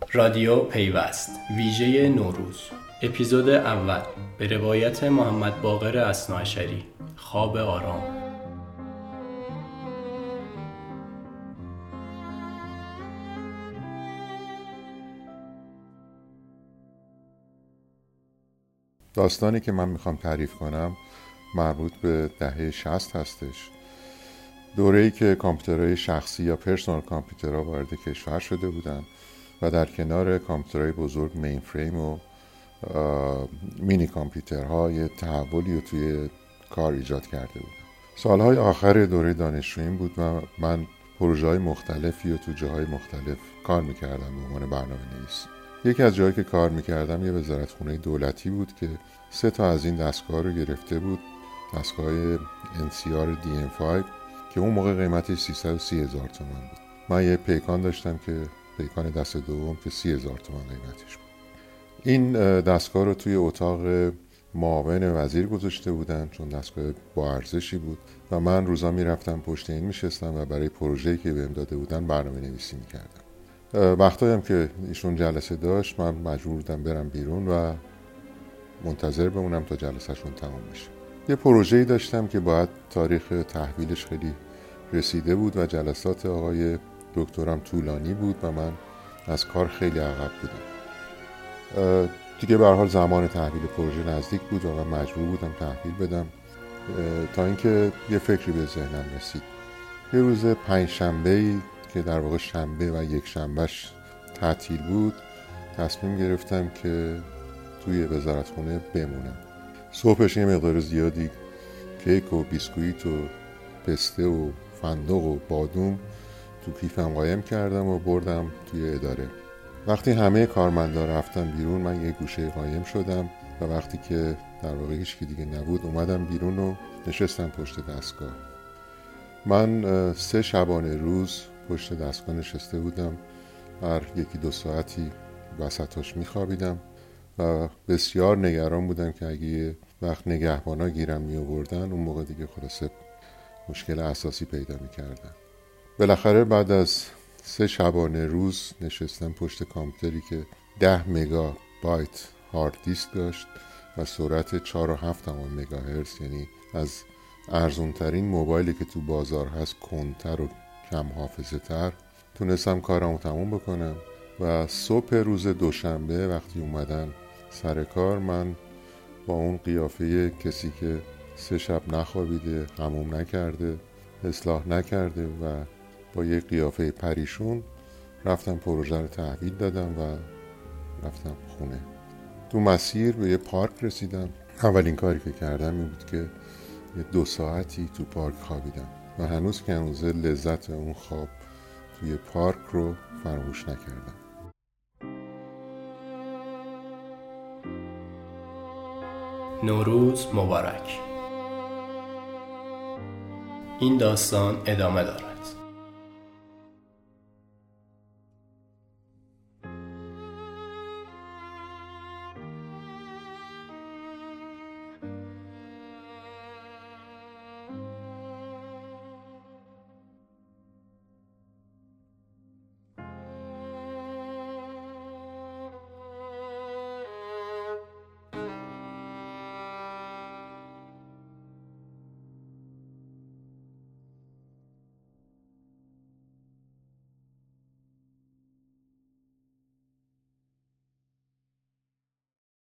رادیو پیوست ویژه نوروز اپیزود اول به روایت محمد باقر اثناعشری خواب آرام. داستانی که من میخوام تعریف کنم مربوط به دهه 60 هستش، دوره‌ای که کامپیوترهای شخصی یا پرسونال کامپیوترها وارد کشور شده بودن و در کنار کامپیوترهای بزرگ مین فریم و مینی کامپیوترها یه تحولی رو توی کار ایجاد کرده بودن. سالهای آخر دوره دانشجوییم بود و من پروژه‌های مختلفی رو تو جاهای مختلف کار میکردم به عنوان برنامه‌نویس. یکی از جایی که کار میکردم یه وزارتخونه دولتی بود که 3 از این دستگاه رو گرفته بود، دستگاه NCR DM5 که اون موقع قیمتش 330,000 تومان بود. من یه پیکان داشتم که پیکان دست دوم که 30,000 تومان قیمتش بود. این دستگاه رو توی اتاق معاون وزیر گذاشته بودن چون دستگاه با ارزشی بود و من روزا میرفتم پشت این میشستم و برای پروژه‌ای که بهم داده بودن برنامه نویسی میکردم. وقتایی هم که ایشون جلسه داشت من مجبور بودم برم بیرون و منتظر بمونم تا جلسهشون تمام بشه. یه پروژه‌ای داشتم که باید تاریخ تحویلش خیلی رسیده بود و جلسات آقای دکترم طولانی بود و من از کار خیلی عقب بودم. دیگه به هر حال زمان تحویل پروژه نزدیک بود و من مجبور بودم تحویل بدم تا اینکه یه فکری به ذهنم رسید. یه روز پنجشنبه‌ای که در واقع شنبه و یک شنبهش تعطیل بود تصمیم گرفتم که توی وزارتخونه بمونم. صبحش یه مقدار زیادی کیک و بیسکویت و پسته و فندق و بادوم تو کیفم قایم کردم و بردم توی اداره. وقتی همه کارمندا رفتن بیرون من یه گوشه قایم شدم و وقتی که در واقع هیچ کی دیگه نبود اومدم بیرون و نشستم پشت دستگاه. من 3 شبانه روز پشت دستگاه نشسته بودم، هر 1-2 ساعتی وسطاش میخوابیدم و بسیار نگران بودم که اگه یه وقت نگهبانا گیرم میآوردن اون موقع دیگه خلاصه مشکل اساسی پیدا میکردم. بالاخره بعد از 3 شبانه روز نشستم پشت کامپیوتری که 10 مگابایت هارد دیسک داشت و سرعت 4.7 مگاهرتز، یعنی از ارزون ترین موبایلی که تو بازار هست کندتر و کم حافظه تر، تونستم کارمو تموم بکنم و صبح روز دوشنبه وقتی اومدن سر کار من با اون قیافه کسی که 3 شب نخوابیده، حموم نکرده، اصلاح نکرده و با یه قیافه پریشون رفتم پروژه رو تحویل دادم و رفتم خونه. تو مسیر به یه پارک رسیدم. اولین کاری که کردم این بود که یه 2 ساعتی تو پارک خوابیدم و هنوز که هنوزه لذت اون خواب توی پارک رو فراموش نکردم. نوروز مبارک. این داستان ادامه دارد.